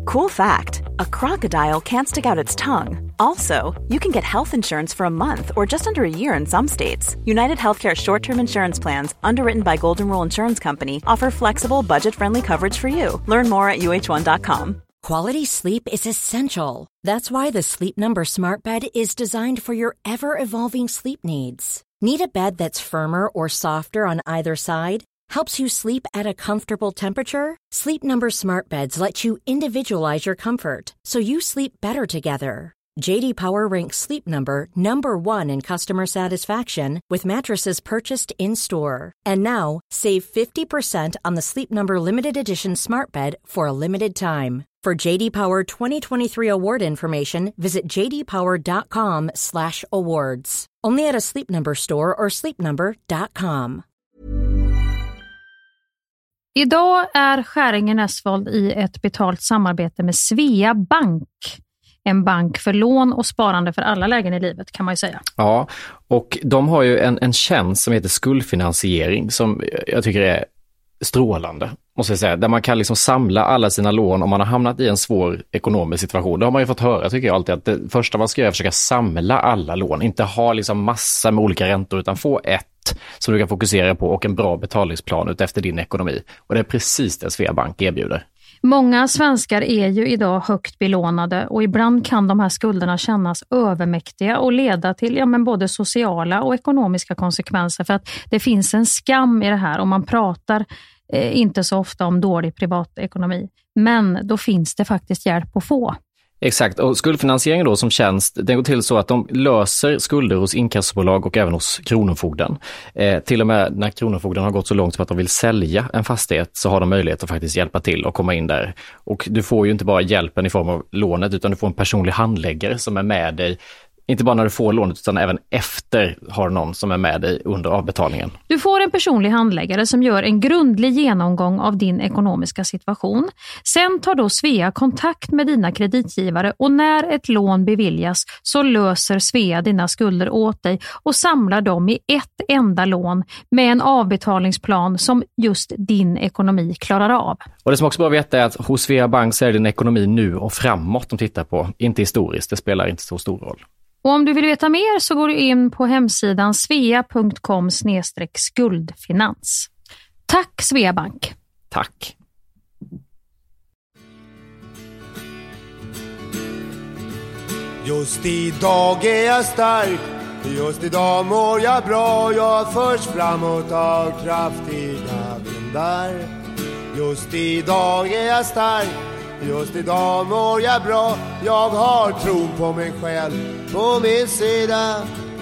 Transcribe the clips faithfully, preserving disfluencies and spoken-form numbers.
Cool fact, a crocodile can't stick out its tongue. Also, you can get health insurance for a month or just under a year in some states. United Healthcare short-term insurance plans, underwritten by Golden Rule Insurance Company, offer flexible, budget-friendly coverage for you. Learn more at U H one dot com. Quality sleep is essential. That's why the Sleep Number Smart Bed is designed for your ever-evolving sleep needs. Need a bed that's firmer or softer on either side? Helps you sleep at a comfortable temperature? Sleep Number Smart Beds let you individualize your comfort so you sleep better together. J D Power ranks Sleep Number number one in customer satisfaction with mattresses purchased in-store. And now, save fifty percent on the Sleep Number Limited Edition Smart Bed for a limited time. For J D Power twenty twenty-three award information, visit j d power dot com slash awards. Only at a Sleep Number store or sleep number dot com. Idag är Skäringen Esvold i ett betalt samarbete med Svea Bank. En bank för lån och sparande för alla lägen i livet, kan man ju säga. Ja, och de har ju en, en tjänst som heter skuldfinansiering som jag tycker är strålande, måste jag säga. Där man kan liksom samla alla sina lån om man har hamnat i en svår ekonomisk situation. Det har man ju fått höra, tycker jag alltid, att det första man ska göra är att försöka samla alla lån. Inte ha liksom massa med olika räntor, utan få ett som du kan fokusera på och en bra betalningsplan ut efter din ekonomi. Och det är precis det Svea Bank erbjuder. Många svenskar är ju idag högt belånade och ibland kan de här skulderna kännas övermäktiga och leda till ja, men både sociala och ekonomiska konsekvenser, för att det finns en skam i det här och man pratar eh, inte så ofta om dålig privatekonomi. Men då finns det faktiskt hjälp att få. Exakt, och skuldfinansiering då som tjänst, den går till så att de löser skulder hos inkassobolag och även hos kronofogden. Eh, till och med när kronofogden har gått så långt så att de vill sälja en fastighet så har de möjlighet att faktiskt hjälpa till och komma in där. Och du får ju inte bara hjälpen i form av lånet, utan du får en personlig handläggare som är med dig. Inte bara när du får lånet utan även efter har någon som är med dig under avbetalningen. Du får en personlig handläggare som gör en grundlig genomgång av din ekonomiska situation. Sen tar då Svea kontakt med dina kreditgivare och när ett lån beviljas så löser Svea dina skulder åt dig och samlar dem i ett enda lån med en avbetalningsplan som just din ekonomi klarar av. Och det som också bör veta är att hos Svea Bank så är din ekonomi nu och framåt de tittar på, inte historiskt, det spelar inte så stor roll. Och om du vill veta mer så går du in på hemsidan svea punkt com slash skuldfinans. Tack Svea Bank. Tack. Just idag är jag stark, just idag mår jag bra. Jag förs framåt av kraftiga vindar. Just idag är jag stark, just idag mår jag bra. Jag har tron på mig själv på min sida.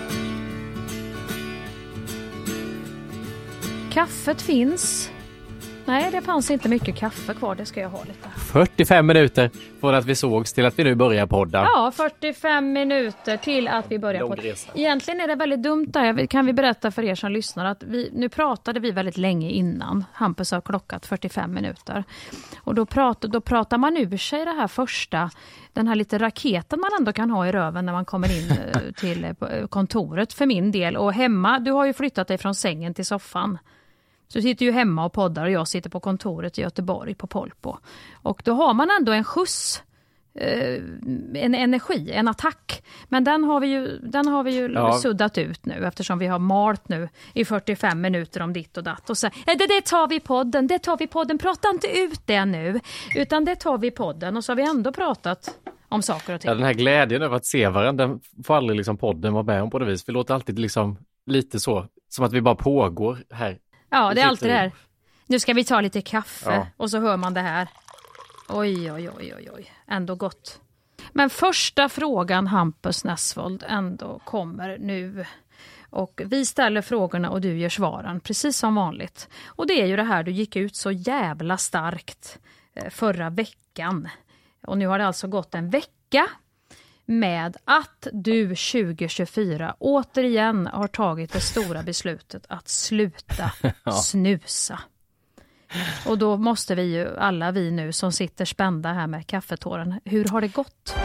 Kaffet finns. Nej, det fanns inte mycket kaffe kvar. Det ska jag ha lite. fyrtiofem minuter från att vi sågs till att vi nu börjar podda. Ja, fyrtiofem minuter till att vi börjar podda. Egentligen är det väldigt dumt där. Kan vi berätta för er som lyssnar att vi, nu pratade vi väldigt länge innan. Hampus har klockat fyrtiofem minuter. Och då pratar, då pratar man ur sig det här första, den här lite raketen man ändå kan ha i röven när man kommer in till kontoret för min del. Och hemma, du har ju flyttat dig från sängen till soffan. Så sitter ju hemma och poddar och jag sitter på kontoret i Göteborg på Polpo. Och då har man ändå en skjuts, eh, en energi, en attack. Men den har vi ju, den har vi ju ja. suddat ut nu eftersom vi har malt nu i fyrtiofem minuter om ditt och datt. Och så, det, det tar vi podden, det tar vi podden, prata inte ut det nu. Utan det tar vi podden och så har vi ändå pratat om saker och ting. Ja, den här glädjen över att se varandra, den får aldrig liksom podden vara med om på det vis. Vi låter alltid liksom lite så, som att vi bara pågår här. Ja, det är alltid det här. Nu ska vi ta lite kaffe ja. och så hör man det här. Oj, oj, oj, oj, oj. Ändå gott. Men första frågan, Hampus Nessvold, ändå kommer nu. Och vi ställer frågorna och du gör svaren, precis som vanligt. Och det är ju det här, du gick ut så jävla starkt förra veckan. Och nu har det alltså gått en vecka med att du tjugo tjugofyra återigen har tagit det stora beslutet att sluta ja. snusa. Och då måste vi ju, alla vi nu som sitter spända här med kaffetåren, hur har det gått?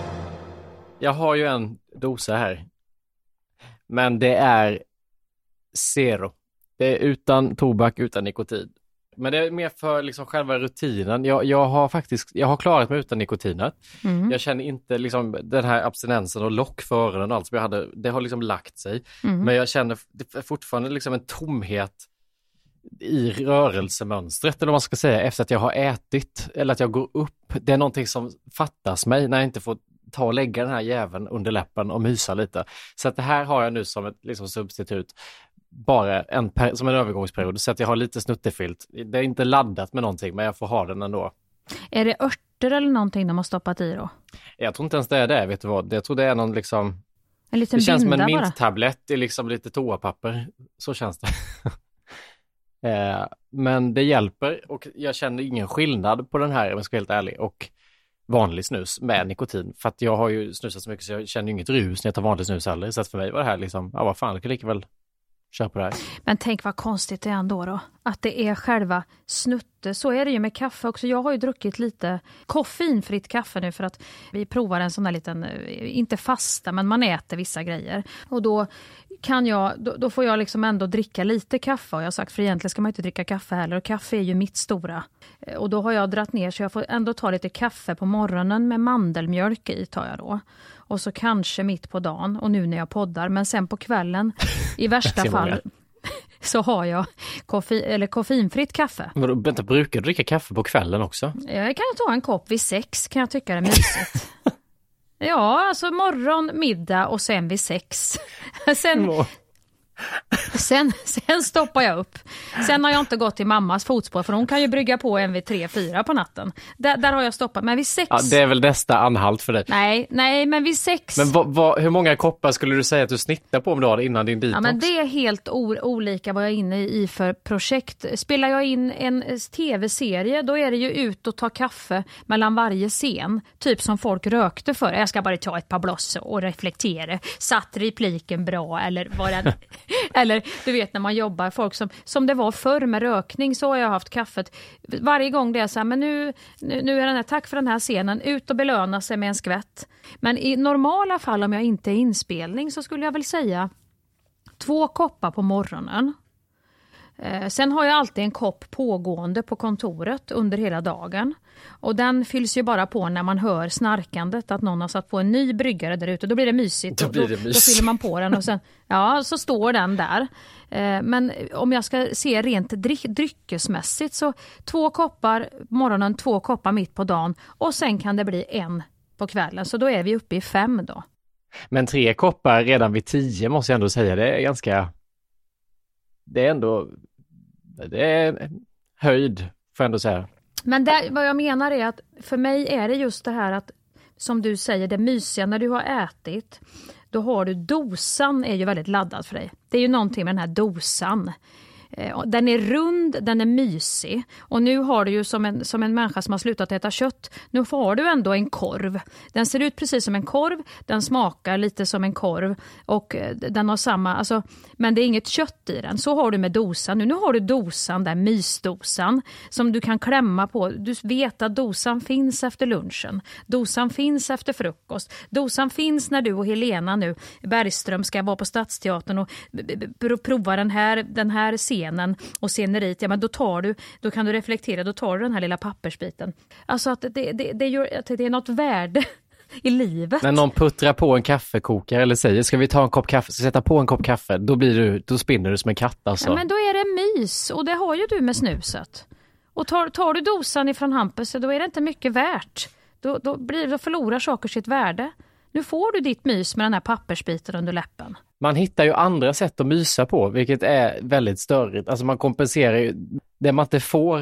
Jag har ju en dosa här. Men det är Zero. Det är utan tobak, utan nikotin. Men det är mer för liksom själva rutinen. Jag, jag har faktiskt jag har klarat mig utan nikotinet. Mm. Jag känner inte liksom den här abstinensen och lock för öronen och allt som jag hade. Det har liksom lagt sig. Mm. Men jag känner fortfarande liksom en tomhet i rörelsemönstret, eller vad man ska säga, efter att jag har ätit eller att jag går upp. Det är någonting som fattas mig när jag inte får ta och lägga den här jäveln under läppen och mysa lite. Så att det här har jag nu som ett liksom substitut. Bara en per, som en övergångsperiod, så att jag har lite snuttefilt. Det är inte laddat med någonting, men jag får ha den ändå. Är det örter eller någonting de har stoppat i då? Jag tror inte ens det är det, vet du vad? Jag tror det är någon liksom... En liten det känns som en bara. minttablett i liksom lite toapapper. Så känns det. eh, men det hjälper och jag känner ingen skillnad på den här, om jag ska vara helt ärlig, och vanlig snus med nikotin. För att jag har ju snusat så mycket så jag känner inget rus när jag tar vanlig snus heller. Så att för mig var det här liksom, ja vad fan, jag kan lika väl köra på det här. Men tänk vad konstigt det är ändå då. Att det är själva snutte. Så är det ju med kaffe också. Jag har ju druckit lite koffeinfritt kaffe nu för att vi provar en sån där liten, inte fasta, men man äter vissa grejer. Och då kan jag, då, då får jag liksom ändå dricka lite kaffe. Och jag har sagt, för egentligen ska man inte dricka kaffe heller. Och kaffe är ju mitt stora. Och då har jag dratt ner så jag får ändå ta lite kaffe på morgonen med mandelmjölk i tar jag då. Och så kanske mitt på dagen och nu när jag poddar. Men sen på kvällen i värsta fall så har jag koffe, eller koffeinfritt kaffe. Men då, vänta, brukar du dricka kaffe på kvällen också? Jag kan ta en kopp vid sex, kan jag tycka det är mysigt. Ja, alltså morgon, middag och sen vid sex. Sen... Sen, sen stoppar jag upp. Sen har jag inte gått till mammas fotspår, för hon kan ju brygga på en vid tre, fyra på natten. Där, där har jag stoppat, men vid sex... Ja, det är väl nästa anhalt för dig. Nej, nej, men vid sex... Men vad, vad, hur många koppar skulle du säga att du snittar på om dagen innan din detox? Ja, men det är helt o- olika vad jag är inne i för projekt. Spelar jag in en tv-serie, då är det ju ut och ta kaffe mellan varje scen. Typ som folk rökte för. Jag ska bara ta ett par bloss och reflektera. Satt repliken bra, eller vad den... Eller du vet när man jobbar, folk som, som det var förr med rökning, så har jag haft kaffet. Varje gång det är så här, men nu, nu, nu är den här, tack för den här scenen, ut och belöna sig med en skvätt. Men i normala fall, om jag inte är inspelning, så skulle jag väl säga två koppar på morgonen. Eh, sen har jag alltid en kopp pågående på kontoret under hela dagen. Och den fylls ju bara på när man hör snarkandet att någon har satt på en ny bryggare där ute. Då blir det mysigt. Då, blir det då, mys. då fyller man på den och sen, ja, så står den där. Eh, men om jag ska se rent dryck, dryckesmässigt så två koppar morgonen, två koppar mitt på dagen och sen kan det bli en på kvällen. Så då är vi uppe i fem då. Men tre koppar redan vid tio måste jag ändå säga, det är ganska... Det är ändå... Det är höjd, får jag ändå säga. Men där, vad jag menar är att för mig är det just det här att, som du säger, det mysiga när du har ätit, då har du dosan är ju väldigt laddad för dig. Det är ju någonting med den här dosan. Den är rund, den är mysig. Och nu har du ju som en, som en människa som har slutat äta kött. Nu får du ändå en korv. Den ser ut precis som en korv. Den smakar lite som en korv. Och den har samma, alltså, men det är inget kött i den. Så har du med dosan. Nu, nu har du dosan, där mysdosan. Som du kan klämma på. Du vet att dosan finns efter lunchen. Dosan finns efter frukost. Dosan finns när du och Helena nu, Bergström, ska vara på Stadsteatern och b- b- prova den här, den här scenen och sceneriet, ja, men då tar du, då kan du reflektera, då tar du den här lilla pappersbiten. Alltså att det, det, det, gör, att det är något värde i livet. När någon puttrar på en kaffekokare eller säger, ska vi ta en kopp kaffe, så sätta på en kopp kaffe, då blir du, då spinner du som en katt alltså. Ja, men då är det mys, och det har ju du med snuset. Och tar, tar du dosan ifrån Hampus, då är det inte mycket värt. Då, då, blir, då förlorar saker sitt värde. Nu får du ditt mys med den här pappersbiten under läppen. Man hittar ju andra sätt att mysa på, vilket är väldigt störigt. Alltså man kompenserar ju, det man inte får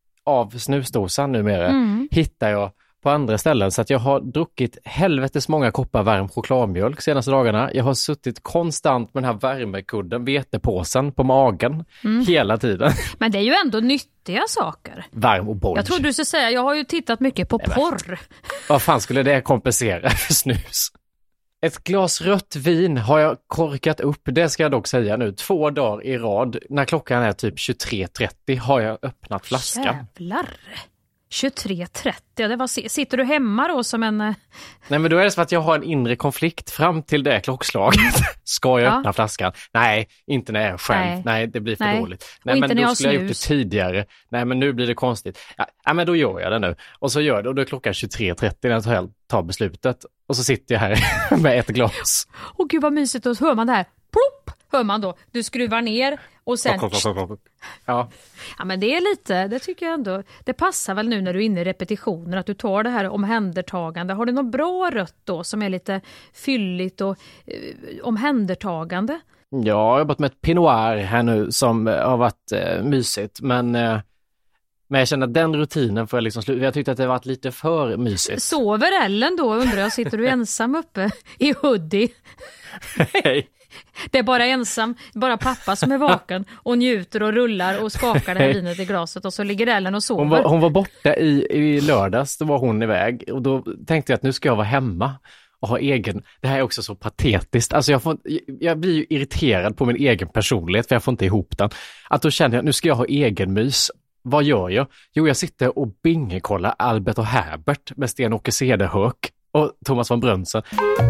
av snusdosan numera, mm. hittar jag på andra ställen. Så att jag har druckit helvetes många koppar varm chokladmjölk senaste dagarna. Jag har suttit konstant med den här värmekudden, vetepåsen på magen mm. hela tiden. Men det är ju ändå nyttiga saker. Varm och boll. Jag trodde du skulle säga, jag har ju tittat mycket på porr. Vad fan skulle det kompensera för snus? Ett glas rött vin har jag korkat upp, det ska jag dock säga nu, två dagar i rad. När klockan är typ tjugotre trettio har jag öppnat flaskan. Jävlar! tjugotre trettio, det var, sitter du hemma då som en... Nej, men då är det så att jag har en inre konflikt fram till det klockslaget. Ska jag ja. öppna flaskan? Nej, inte när jag är själv. Nej, Nej det blir för Nej. dåligt. Nej, men då skulle jag gjort det tidigare. Nej, men nu blir det konstigt. Ja, ja, men då gör jag det nu. Och så gör jag det och då är klockan tjugotre trettio när jag tar beslutet. Och så sitter jag här med ett glas. Åh gud vad mysigt, och så hör man det här. Plopp! Hör man då. Du skruvar ner och sen... Ja. Ja, men det är lite, det tycker jag ändå. Det passar väl nu när du är inne i repetitioner att du tar det här omhändertagande. Har du något bra rött då som är lite fylligt och eh, omhändertagande? Ja, jag har jobbat med ett Pinot här nu som har varit eh, mysigt. Men, eh, men jag känner att den rutinen får jag liksom sluta. Jag tyckte att det varit lite för mysigt. Sover Ellen då, undrar jag? Sitter du ensam uppe i hoodie? Nej. Det är bara ensam, bara pappa som är vaken och njuter och rullar och skakar det här vinet i glaset, och så ligger Ellen och sover. Hon var, hon var borta i, i lördags, då var hon iväg, och då tänkte jag att nu ska jag vara hemma och ha egen, det här är också så patetiskt, alltså jag, får, jag blir ju irriterad på min egen personlighet för jag får inte ihop den. Att då känner jag, nu ska jag ha egen mys. Vad gör jag? Jo, jag sitter och bingekollar Albert och Herbert med Sten-Åke Cederhök och Thomas von Brömsen.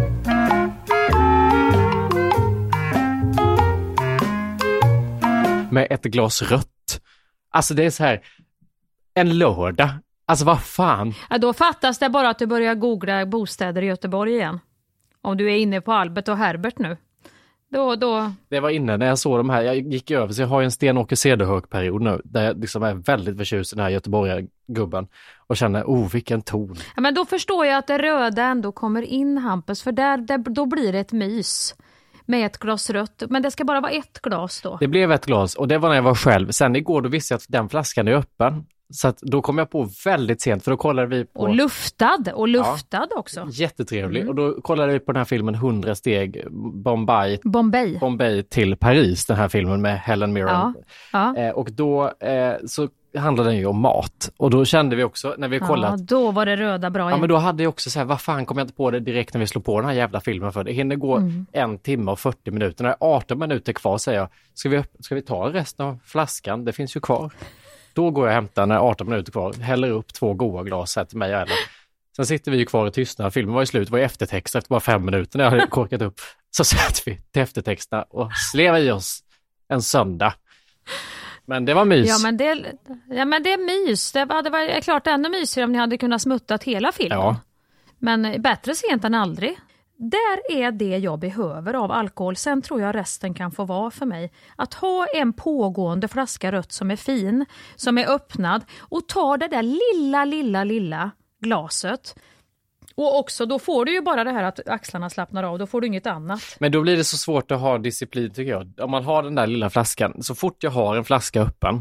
Med ett glas rött. Alltså det är så här, en lördag. Alltså vad fan. Ja, då fattas det bara att du börjar googla bostäder i Göteborg igen. Om du är inne på Albert och Herbert nu. Då, då... Det var inne när jag såg de här. Jag gick över, så jag har ju en Sten-Åke Cederhök-period nu. Där jag liksom är väldigt förtjust i den här Göteborg-gubben. Och känner, oh vilken ton. Ja, men då förstår jag att det röda ändå kommer in, Hampus. För där, där, då blir det ett mys. Med ett glas rött. Men det ska bara vara ett glas då. Det blev ett glas och det var när jag var själv. Sen igår då visste jag att den flaskan är öppen. Så att då kom jag på väldigt sent, för då kollade vi på... Och luftad, och luftad ja, också. Jättetrevlig. Mm. Och då kollade vi på den här filmen hundra steg Bombay. Bombay. Bombay till Paris, den här filmen med Helen Mirren. Ja. Ja. Eh, och då eh, så handlade den ju om mat. Och då kände vi också, när vi kollat... Ja, då var det röda bra igen. Ja, men då hade jag också så här, vad fan kom jag inte på det direkt när vi slog på den här jävla filmen för? Det hinner gå mm. en timme och fyrtio minuter. När det är arton minuter kvar säger jag, ska vi, ska vi ta resten av flaskan? Det finns ju kvar. Då går jag och hämtar när arton minuter kvar, häller upp två goda glas här till mig. Eller. Sen sitter vi ju kvar i tystnad. Filmen var i slut, var i eftertext efter bara fem minuter när jag hade korkat upp. Så satt vi till eftertexterna och slev i oss en söndag. Men det var mys. Ja, men det, ja, men det är mys. Det hade varit klart ännu mysigare om ni hade kunnat smuttat hela filmen. Ja. Men bättre sent än aldrig. Där är det jag behöver av alkohol. Sen tror jag resten kan få vara för mig. Att ha en pågående flaska rött som är fin, som är öppnad, och ta det där lilla, lilla, lilla glaset. Och också, då får du ju bara det här att axlarna slappnar av. Då får du inget annat. Men då blir det så svårt att ha disciplin, tycker jag. Om man har den där lilla flaskan, så fort jag har en flaska öppen,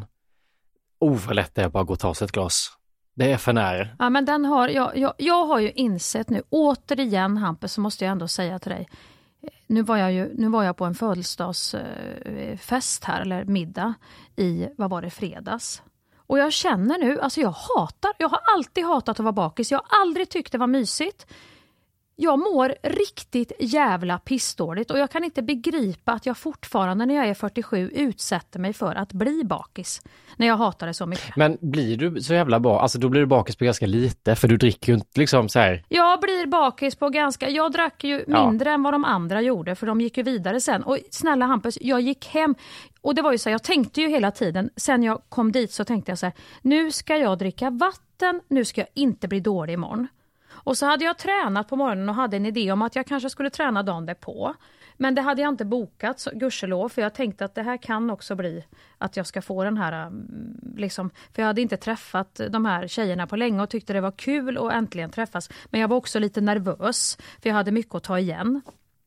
oh vad lätt det är bara att gå och ta sig ett glas. Det är för nära. Ja, men den har, jag, jag, jag har ju insett nu, återigen Hampus, så måste jag ändå säga till dig. Nu var jag, ju, nu var jag på en födelsedagsfest här, eller middag, i, vad var det, fredags. Och jag känner nu, alltså jag hatar, jag har alltid hatat att vara bakis. Jag har aldrig tyckt det var mysigt. Jag mår riktigt jävla pissdåligt och jag kan inte begripa att jag fortfarande när jag är fyrtiosju utsätter mig för att bli bakis. När jag hatar det så mycket. Men blir du så jävla bra, alltså då blir du bakis på ganska lite, för du dricker ju inte liksom så här. Jag blir bakis på ganska, jag drack ju ja. mindre än vad de andra gjorde, för de gick ju vidare sen. Och snälla Hampus, jag gick hem och det var ju så här, jag tänkte ju hela tiden, sen jag kom dit så tänkte jag så här, nu ska jag dricka vatten, nu ska jag inte bli dålig imorgon. Och så hade jag tränat på morgonen och hade en idé om att jag kanske skulle träna dagen därpå. Men det hade jag inte bokat, så, gudskelov, för jag tänkte att det här kan också bli att jag ska få den här, liksom, för jag hade inte träffat de här tjejerna på länge och tyckte det var kul att äntligen träffas. Men jag var också lite nervös, för jag hade mycket att ta igen.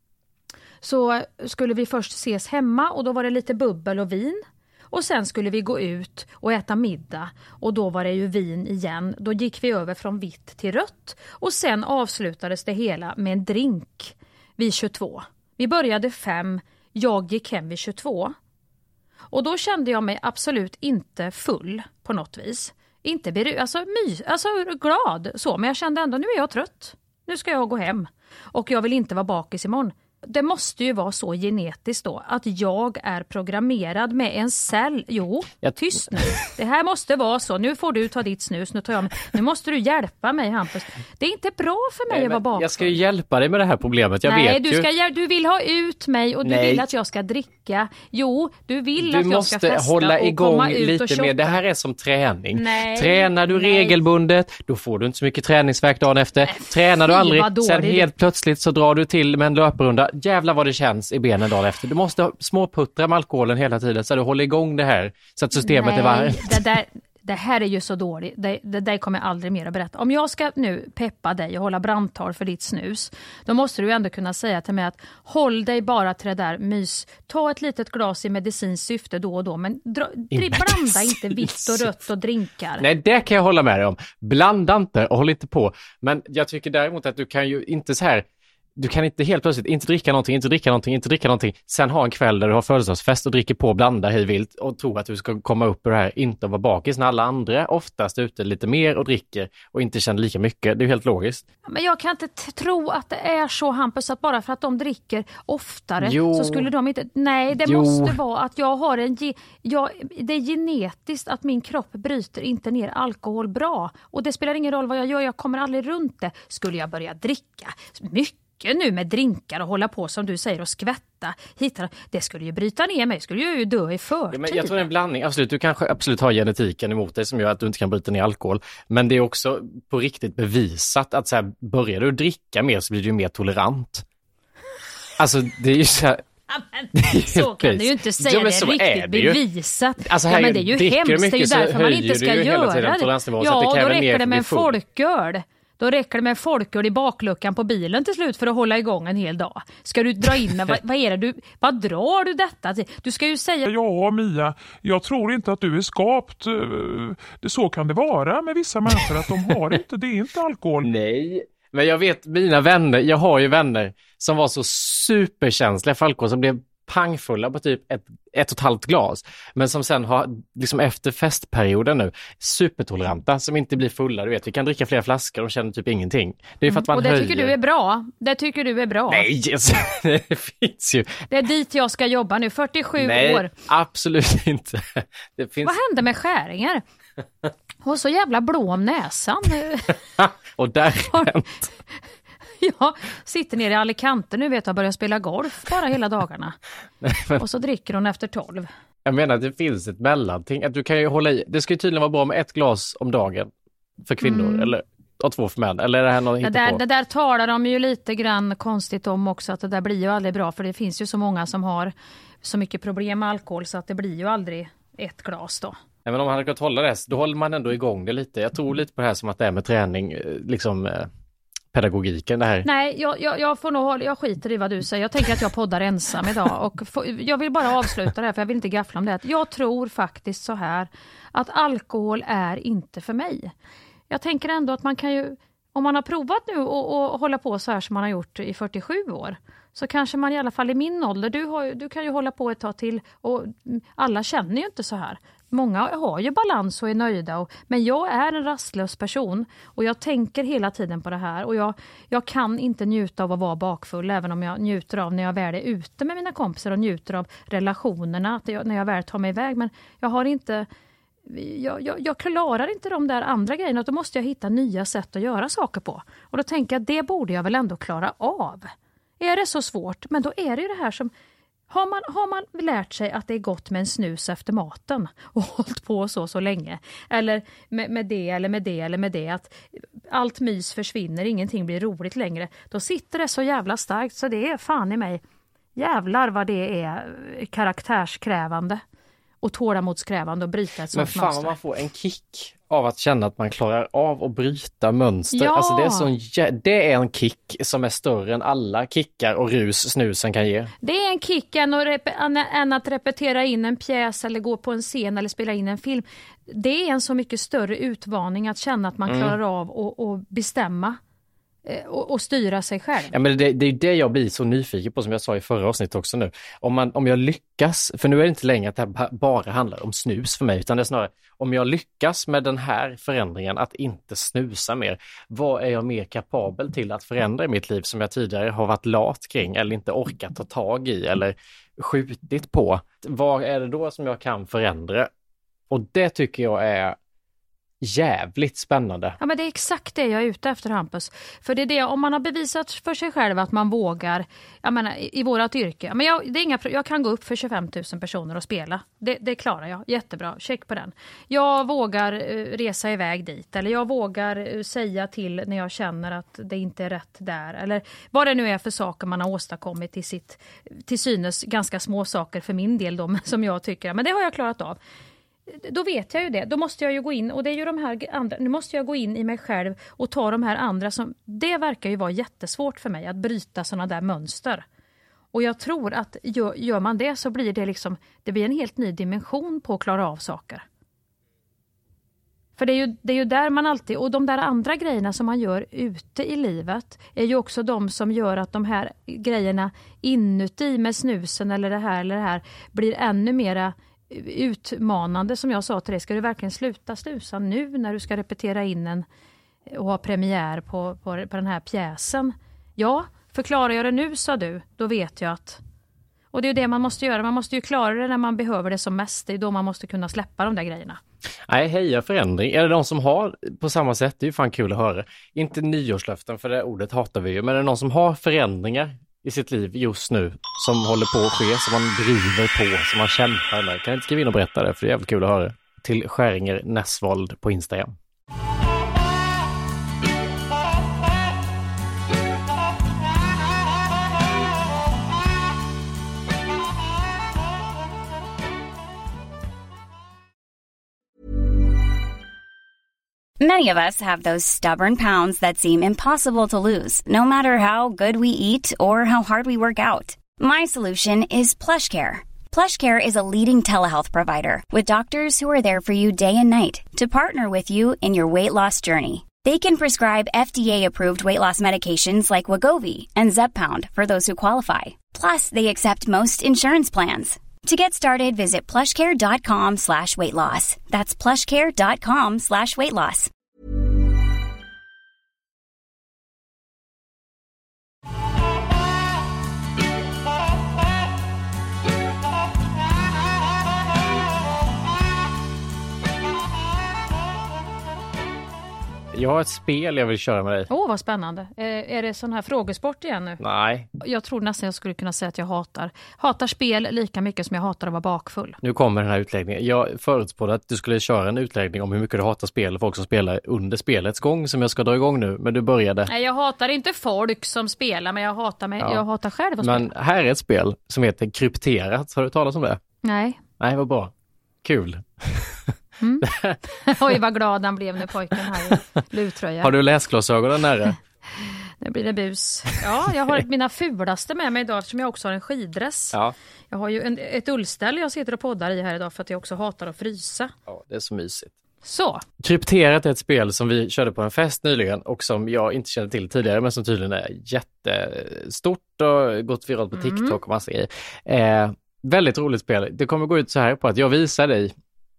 Så skulle vi först ses hemma och då var det lite bubbel och vin. Och sen skulle vi gå ut och äta middag och då var det ju vin igen. Då gick vi över från vitt till rött och sen avslutades det hela med en drink vid tjugotvå. Vi började fem, jag gick hem vid tjugotvå. Och då kände jag mig absolut inte full på något vis. Inte beru- alltså, my- alltså glad så, men jag kände ändå nu är jag trött. Nu ska jag gå hem och jag vill inte vara bakis imorgon. det måste ju vara så genetiskt då att jag är programmerad med en cell. Jo, jag... tyst nu. Det här måste vara så. Nu får du ta ditt snus. Nu, tar jag... nu måste du hjälpa mig, Hampus. Det är inte bra för mig Nej, att vara bakfull. Jag ska ju hjälpa dig med det här problemet. Jag Nej, vet du, ju. ska, du vill ha ut mig och du Nej. vill att jag ska dricka. Jo, du vill du att jag ska festa och komma ut. Du måste hålla igång lite mer. Det här är som träning. Nej, Tränar du nej. regelbundet, då får du inte så mycket träningsvärk dagen efter. Nej, Tränar du aldrig, sen helt plötsligt så drar du till med en löprunda. Jävlar vad det känns i benen dagen efter. Du måste småputtra med alkoholen hela tiden så att du håller igång det här så att systemet Nej, är varmt. Det, där, det här är ju så dåligt. Det, det där kommer jag aldrig mer att berätta. Om jag ska nu peppa dig och hålla brandtal för ditt snus, då måste du ändå kunna säga till mig att håll dig bara till det där mys. Ta ett litet glas i medicinskt syfte då och då, men dra, blanda inte vitt och rött och drinkar. Nej, det kan jag hålla med dig om. Blanda inte och håll inte på. Men jag tycker däremot att du kan ju inte så här... Du kan inte helt plötsligt inte dricka någonting, inte dricka någonting, inte dricka någonting. Sen ha en kväll där du har födelsedagsfest och dricker på, blanda hej vilt och tro att du ska komma upp ur det här. Inte vara bakis när alla andra oftast är ute lite mer och dricker och inte känner lika mycket. Det är helt logiskt. Men jag kan inte t- tro att det är så, Hampus, att bara för att de dricker oftare jo. så skulle de inte... Nej, det jo. måste vara att jag har en... Ge... jag... Det är genetiskt att min kropp bryter inte ner alkohol bra. Och det spelar ingen roll vad jag gör, jag kommer aldrig runt det. Skulle jag börja dricka mycket nu med drinkar och hålla på som du säger och skvätta hitta, det skulle ju bryta ner mig, skulle ju dö i förtid. Ja, men jag tror det är en blandning, absolut, du kanske absolut har genetiken emot dig som gör att du inte kan bryta ner alkohol, men det är också på riktigt bevisat att så här, börjar du dricka mer så blir du ju mer tolerant. Alltså det är ju så här, ja, men, så kan du ju inte säga, ja, det är riktigt är det bevisat. Alltså, här, ja, men det är ju hemskt, det är ju därför man inte ska göra det. Ja, då räcker det med en folköl. Då räcker det med folköl i bakluckan på bilen till slut för att hålla igång en hel dag. Ska du dra in med, vad, vad är det du, vad drar du detta till? Du ska ju säga... Ja, Mia, jag tror inte att du är skapt. Det, så kan det vara med vissa människor att de har inte, det är inte alkohol. Nej, men jag vet mina vänner, jag har ju vänner som var så superkänsliga för alkohol som blev pangfulla på typ ett, ett och ett halvt glas. Men som sen har, liksom efter festperioden nu, supertoleranta som inte blir fulla. Du vet, vi kan dricka flera flaskor och känner typ ingenting. Det är för att man och det höjer... tycker du är bra. Det tycker du är bra. Nej, yes. Det finns ju. Det är dit jag ska jobba nu, fyrtiosju Nej, år. absolut inte. Det finns... Vad hände med skäringar? Hon är så jävla blå om näsan. Och där hänt. Ja, sitter nere i Alicante nu, vet jag, börjar spela golf bara hela dagarna. Nej, men... Och så dricker hon efter tolv. Jag menar att det finns ett mellanting. Att du kan ju hålla i. Det ska ju tydligen vara bra med ett glas om dagen för kvinnor. Mm. Eller och två för män. Eller är det här något det där, det där talar de ju lite grann konstigt om också. Att det där blir ju aldrig bra. För det finns ju så många som har så mycket problem med alkohol. Så att det blir ju aldrig ett glas då. Nej, men om man hade kunnat hålla det, då håller man ändå igång det lite. Jag tror lite på det här som att det är med träning. Liksom... pedagogiken det här. Nej, jag, jag, jag får nog hålla, jag skiter i vad du säger. Jag tänker att jag poddar ensam idag och få, jag vill bara avsluta det här för jag vill inte gaffla om det. Jag tror faktiskt så här att alkohol är inte för mig. Jag tänker ändå att man kan ju, om man har provat nu och, och hålla på så här som man har gjort i fyrtiosju år, så kanske man i alla fall i min ålder, du, har, du kan ju hålla på ett tag till och alla känner ju inte så här. Många har ju balans och är nöjda. Och, men jag är en rastlös person. Och jag tänker hela tiden på det här. Och jag, jag kan inte njuta av att vara bakfull. Även om jag njuter av när jag väl är ute med mina kompisar. Och njuter av relationerna. Att jag, när jag väl tar mig iväg. Men jag har inte... Jag, jag, jag klarar inte de där andra grejerna. Då måste jag hitta nya sätt att göra saker på. Och då tänker jag att det borde jag väl ändå klara av. Är det så svårt? Men då är det ju det här som... Har man, har man lärt sig att det är gott med en snus efter maten och hållit på så så länge, eller med, med det eller med det eller med det, att allt mys försvinner, ingenting blir roligt längre, då sitter det så jävla starkt så det är fan i mig, jävlar vad det är karaktärskrävande och tålamodskrävande att bryta ett sånt mönster. Men fan, man får en kick av att känna att man klarar av att bryta mönster. Ja. Alltså det är, sån, det är en kick som är större än alla kickar och rus snusen kan ge. Det är en kick än att, rep- än att repetera in en pjäs eller gå på en scen eller spela in en film. Det är en så mycket större utmaning att känna att man klarar mm. av att, att bestämma och, och styra sig själv. Ja, men det, det är det jag blir så nyfiken på, som jag sa i förra avsnittet också nu. Om, man, om jag lyckas, för nu är det inte längre att det här bara handlar om snus för mig, utan det är snarare om jag lyckas med den här förändringen att inte snusa mer, vad är jag mer kapabel till att förändra i mitt liv som jag tidigare har varit lat kring eller inte orkat ta tag i eller skjutit på? Vad är det då som jag kan förändra? Och det tycker jag är jävligt spännande. Ja, men det är exakt det jag är ute efter, Hampus. För det är det, om man har bevisat för sig själv att man vågar, jag menar, i, i vårat yrke. Men jag, det är inga, jag kan gå upp för tjugofem tusen personer och spela. Det, det klarar jag. Jättebra. Check på den. Jag vågar uh, resa iväg dit. Eller jag vågar uh, säga till när jag känner att det inte är rätt där. Eller vad det nu är för saker man har åstadkommit i sitt, till synes ganska små saker för min del då, som jag tycker. Men det har jag klarat av. Då vet jag ju det. Då måste jag ju gå in, och det är ju de här andra, nu måste jag gå in i mig själv och ta de här andra som, det verkar ju vara jättesvårt för mig att bryta sådana där mönster. Och jag tror att gör, gör man det så blir det liksom, det blir en helt ny dimension på att klara av saker. För det är ju, det är ju där man alltid, och de där andra grejerna som man gör ute i livet är ju också de som gör att de här grejerna inuti med snusen eller det här eller det här blir ännu mera utmanande. Som jag sa till dig, ska du verkligen sluta snusa nu när du ska repetera in en och ha premiär på, på, på den här pjäsen? Ja, förklarar jag det nu, sa du, då vet jag att, och det är det man måste göra, man måste ju klara det när man behöver det som mest, det är då man måste kunna släppa de där grejerna. Nej, heja förändring. Är det någon som har på samma sätt, det är ju fan kul att höra, inte nyårslöften för det ordet hatar vi ju, men är det någon som har förändringar i sitt liv just nu som håller på att ske, som man driver på, som man kämpar med? Kan inte skriva in och berätta det, för det är jävligt kul att höra. Till Skäringer Näsvold på Instagram. Many of us have those stubborn pounds that seem impossible to lose, no matter how good we eat or how hard we work out. My solution is PlushCare. PlushCare is a leading telehealth provider with doctors who are there for you day and night to partner with you in your weight loss journey. They can prescribe F D A-approved weight loss medications like Wegovy and Zepbound for those who qualify. Plus, they accept most insurance plans. To get started, visit plushcare.com slash weight loss. That's plushcare.com slash weight loss. Jag har ett spel jag vill köra med dig. Åh, oh, vad spännande. Eh, är det sån här frågesport igen nu? Nej. Jag tror nästan jag skulle kunna säga att jag hatar. Hatar spel lika mycket som jag hatar att vara bakfull. Nu kommer den här utläggningen. Jag förutspådde att du skulle köra en utläggning om hur mycket du hatar spel och folk som spelar under spelets gång, som jag ska dra igång nu. Men du började. Nej, jag hatar inte folk som spelar, men jag hatar, mig. Ja. Jag hatar själv att spela. Men här är ett spel som heter Krypterat. Har du talat om det? Nej. Nej, vad bra. Kul. Mm. Oj, vad glad han blev nu, pojken här i luvtröja. Har du läsglasögonen nära? Nu blir det bus. Ja, jag har mina fulaste med mig idag eftersom jag också har en skidress. Ja. Jag har ju en, ett ullställ jag sitter och poddar i här idag för att jag också hatar att frysa. Ja, det är så mysigt. Så. Krypterat är ett spel som vi körde på en fest nyligen och som jag inte kände till tidigare, men som tydligen är jättestort och gått viralt på TikTok mm. och massa grejer. Eh, väldigt roligt spel. Det kommer gå ut så här på att jag visar dig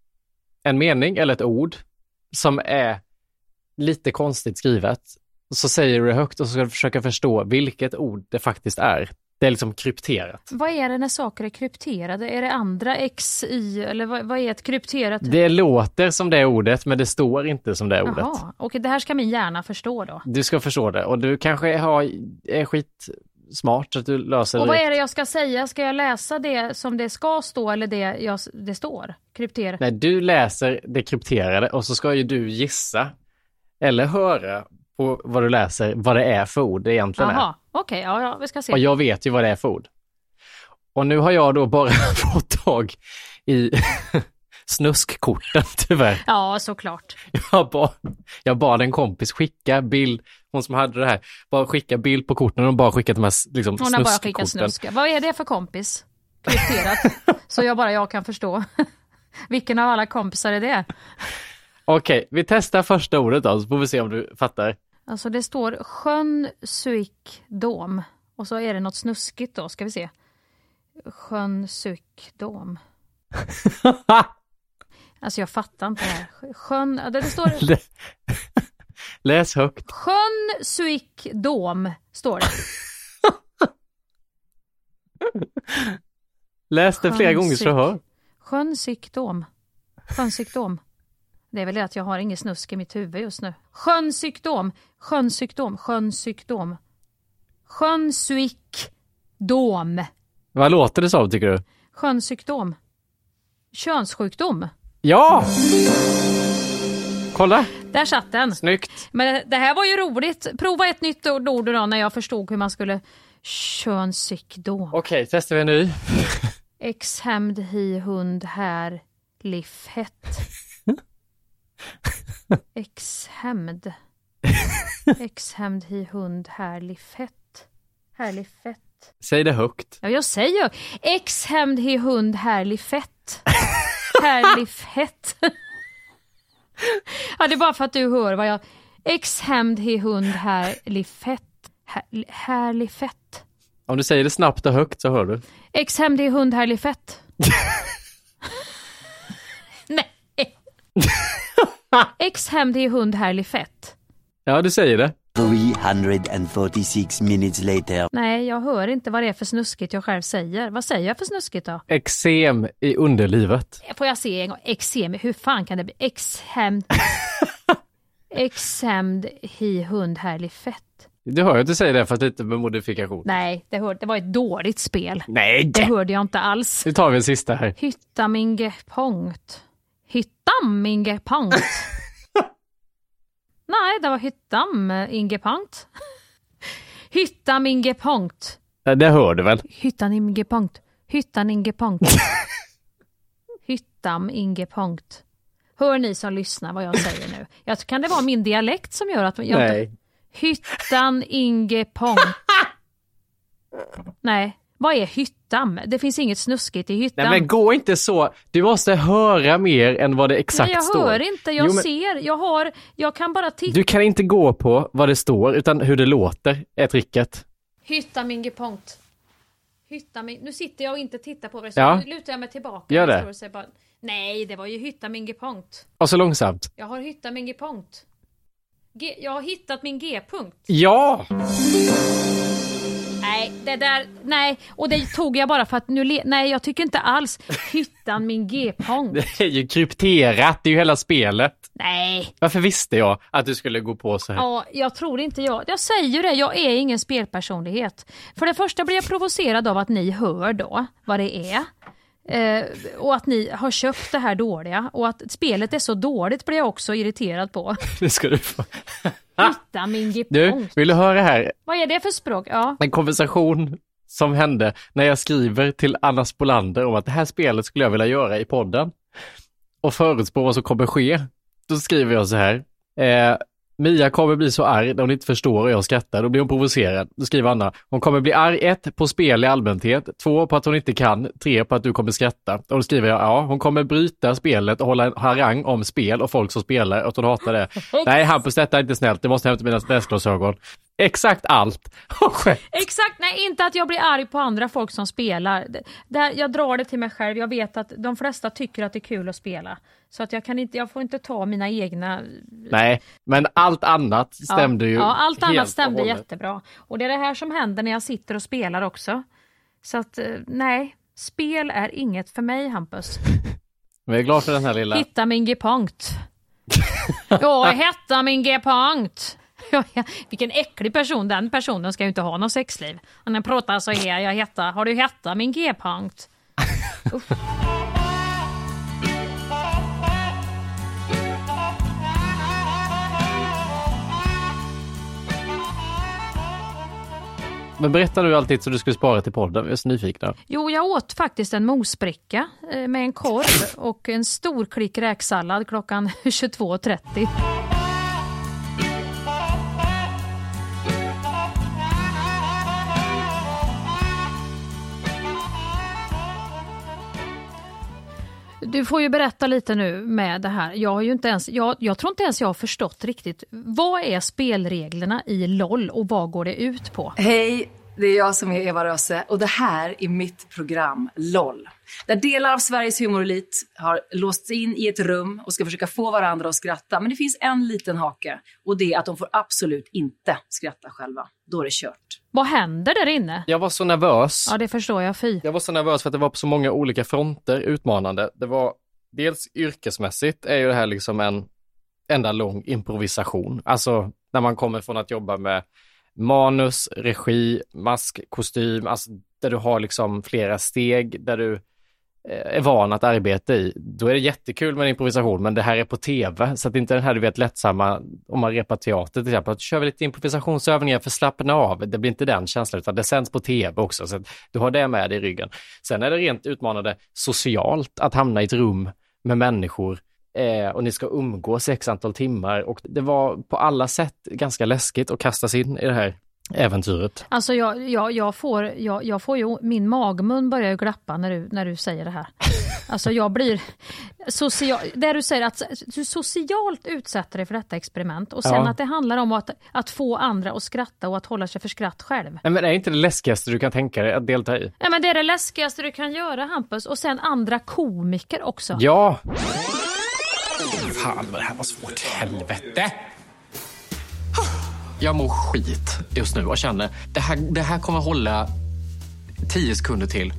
en mening eller ett ord som är lite konstigt skrivet. Så säger du det högt och så ska du försöka förstå vilket ord det faktiskt är. Det är liksom krypterat. Vad är det när saker är krypterade? Är det andra X, Y eller vad, vad är ett krypterat? Det låter som det ordet, men det står inte som det ordet. Jaha, okej, det här ska min hjärna förstå då. Du ska förstå det och du kanske har, är skit smart att du löser det. Och vad är det jag ska säga? Ska jag läsa det som det ska stå eller det jag, det står? Krypterat? Nej, du läser det krypterade och så ska ju du gissa eller höra på vad du läser, vad det är för ord det egentligen Aha, är. okej, okay, ja, ja, vi ska se. Och jag vet ju vad det är för ord. Och nu har jag då bara fått tag i snuskkorten, tyvärr. Ja, såklart. Jag bad, jag bad en kompis skicka bild, hon som hade det här, bara skicka bild på korten och bara skickat de här liksom, hon har bara skickat snuska. Vad är det för kompis? Krypterat. Så jag bara jag kan förstå. Vilken av alla kompisar är det? Okej, vi testar första ordet då, så får vi se om du fattar. Alltså det står sjön Suik-dom. Och så är det något snuskigt då, ska vi se. Sjön Suik-dom. Alltså jag fattar inte det här. Sjön, det står... Läs högt. Sjön Suik-dom står det. Läs det flera gånger så hör. Sjön Suik-dom. Sjön Suik-dom. Det är väl det att jag har ingen snusk i mitt huvud just nu. Sjön Suik-dom. Sjön Suik-dom. Sjön Suik-dom. Sjön Suik-dom. Vad låter det som, tycker du? Sjön Suik-dom. Könssjukdom. Ja! Kolla. Där satt den. Snyggt. Men det här var ju roligt. Prova ett nytt ord då när jag förstod hur man skulle... Könssjukdom. Okej, testar vi nu. Exhämd hi hund här livhett. Exhämd. Exhämd hi hund här livhett. Här livhett. Säg det högt. Ja, jag säger exhämd hi hund här livhett. Här livhett. Ja, det är bara för att du hör vad jag... Exhämd hi hund här livhett. Här, härlig fett. Om du säger det snabbt och högt så hör du. Exhämd hi hund härlig fett. Nej. Exhämd hi hund härlig fett. Ja, du säger det. trehundrafyrtiosex minutes later. Nej, jag hör inte vad det är för snuskigt jag själv säger. Vad säger jag för snuskigt då? Eksem i underlivet. Får jag se en gång? Eksem, hur fan kan det bli? Exhämd. Exhämd hi hund härlig fett. Du hör ju att du säger det fast lite med modifikation. Nej, det, hör, det var ett dåligt spel. Nej! Det hörde jag inte alls. Nu tar vi en sista här. Hyttaminge punkt. Hyttaminge punkt. Nej, det var hyttaminge punkt. Hyttaminge punkt. Ja, det hör du väl? Hyttaminge punkt. Hyttaminge punkt. Hyttaminge punkt. Hör ni som lyssnar vad jag säger nu? Jag, kan det vara min dialekt som gör att jag Nej. inte... Hyttan Inge Pong. Nej, vad är hyttam? Det finns inget snuskigt i hyttan. Nej, men gå inte så. Du måste höra mer än vad det exakt Nej, jag står. Jag hör inte, jag jo, men... ser. Jag har, jag kan bara titta. Du kan inte gå på vad det står utan hur det låter är tricket. Hyttam Inge Pongt. Hyttam, nu sitter jag och inte tittar på det så ja. nu lutar jag mig tillbaka. Gör det. Så bara, nej, det var ju Hyttam Inge Pongt. Och så långsamt. Jag har Hyttam Inge Pongt. G- jag har hittat min G-punkt. Ja! Nej, det där, nej. Och det tog jag bara för att nu, le- nej jag tycker inte alls hyttan min G-punkt. Det är ju krypterat, det är ju hela spelet. Nej. Varför visste jag att du skulle gå på så här? Ja, jag tror inte jag. Jag säger ju det, jag är ingen spelpersonlighet. För det första blir jag provocerad av att ni hör då vad det är. Eh, och att ni har köpt det här dåliga. Och att spelet är så dåligt blir jag också irriterad på. Det ska du få. Hitta min G-punkt. Du, vill du höra här? Vad är det för språk? Ja. En konversation som hände när jag skriver till Anna Spolander om att det här spelet skulle jag vilja göra i podden. Och förutspå vad som kommer ske. Då skriver jag så här. Eh, Mia kommer bli så arg när hon inte förstår och jag skrattar. Då blir hon provocerad. Då skriver Anna. Hon kommer bli arg ett på spel i allmänhet. Två på att hon inte kan. Tre på att du kommer skratta. Och då skriver jag. Ja, hon kommer bryta spelet och hålla en harang om spel och folk som spelar. Och att hon hatar det. Nej, Hampus, detta är inte snällt. Det måste hämta mina näsglasögon. Exakt allt har skett. Exakt, nej inte att jag blir arg på andra folk som spelar. Där, jag drar det till mig själv. Jag vet att de flesta tycker att det är kul att spela. Så att jag kan inte, jag får inte ta mina egna... Nej, men allt annat stämde ja, ju. Ja, allt annat stämde och jättebra. Och det är det här som händer när jag sitter och spelar också. Så att, nej, spel är inget för mig, Hampus. Men jag är glad för den här lilla... Hitta min G-punkt. Ja, hitta min G-punkt. Vilken äcklig person. Den personen ska ju inte ha någon sexliv. Och när pratar så här, jag heter, har du hittat min G-punkt? Uff. Men berättar du alltid så du skulle spara till podden? Jag är så nyfikna. Jo, jag åt faktiskt en mosbricka med en korv och en stor klick räksallad klockan tjugotvå trettio. Du får ju berätta lite nu med det här. Jag har ju inte ens, jag, jag tror inte ens jag har förstått riktigt. Vad är spelreglerna i LOL och vad går det ut på? Hej, det är jag som är Eva Röse och det här är mitt program LOL. Där delar av Sveriges humorelit har låsts in i ett rum och ska försöka få varandra att skratta. Men det finns en liten hake och det är att de får absolut inte skratta själva. Då är det kört. Vad händer där inne? Jag var så nervös. Ja, det förstår jag, fy. Jag var så nervös för att det var på så många olika fronter utmanande. Det var dels yrkesmässigt är ju det här liksom en enda lång improvisation. Alltså när man kommer från att jobba med manus, regi, mask, kostym, alltså där du har liksom flera steg, där du är van att arbeta i, då är det jättekul med en improvisation, men det här är på tv, så att inte den här, du vet, lättsamma, om man repar teater till exempel, att kör vi lite improvisationsövningar för att slappna av, det blir inte den känslan, utan det sänds på tv också, så att du har det med dig i ryggen. Sen är det rent utmanande socialt att hamna i ett rum med människor eh, och ni ska umgås x antal timmar, och det var på alla sätt ganska läskigt att kastas in i det här äventyret. Alltså jag, jag, jag, får, jag, jag får ju, min magmun börjar ju glappa när du, när du säger det här. Alltså jag blir social, där du säger att du socialt utsätter dig för detta experiment och sen ja. Att det handlar om att, att få andra att skratta och att hålla sig för skratt själv. Nej, men det är inte det läskigaste du kan tänka dig att delta i. Nej, men det är det läskigaste du kan göra, Hampus, och sen andra komiker också. Ja. Fan, vad det här var svårt. Helvete. Jag mår skit just nu och känner det här, det här kommer hålla tio sekunder till.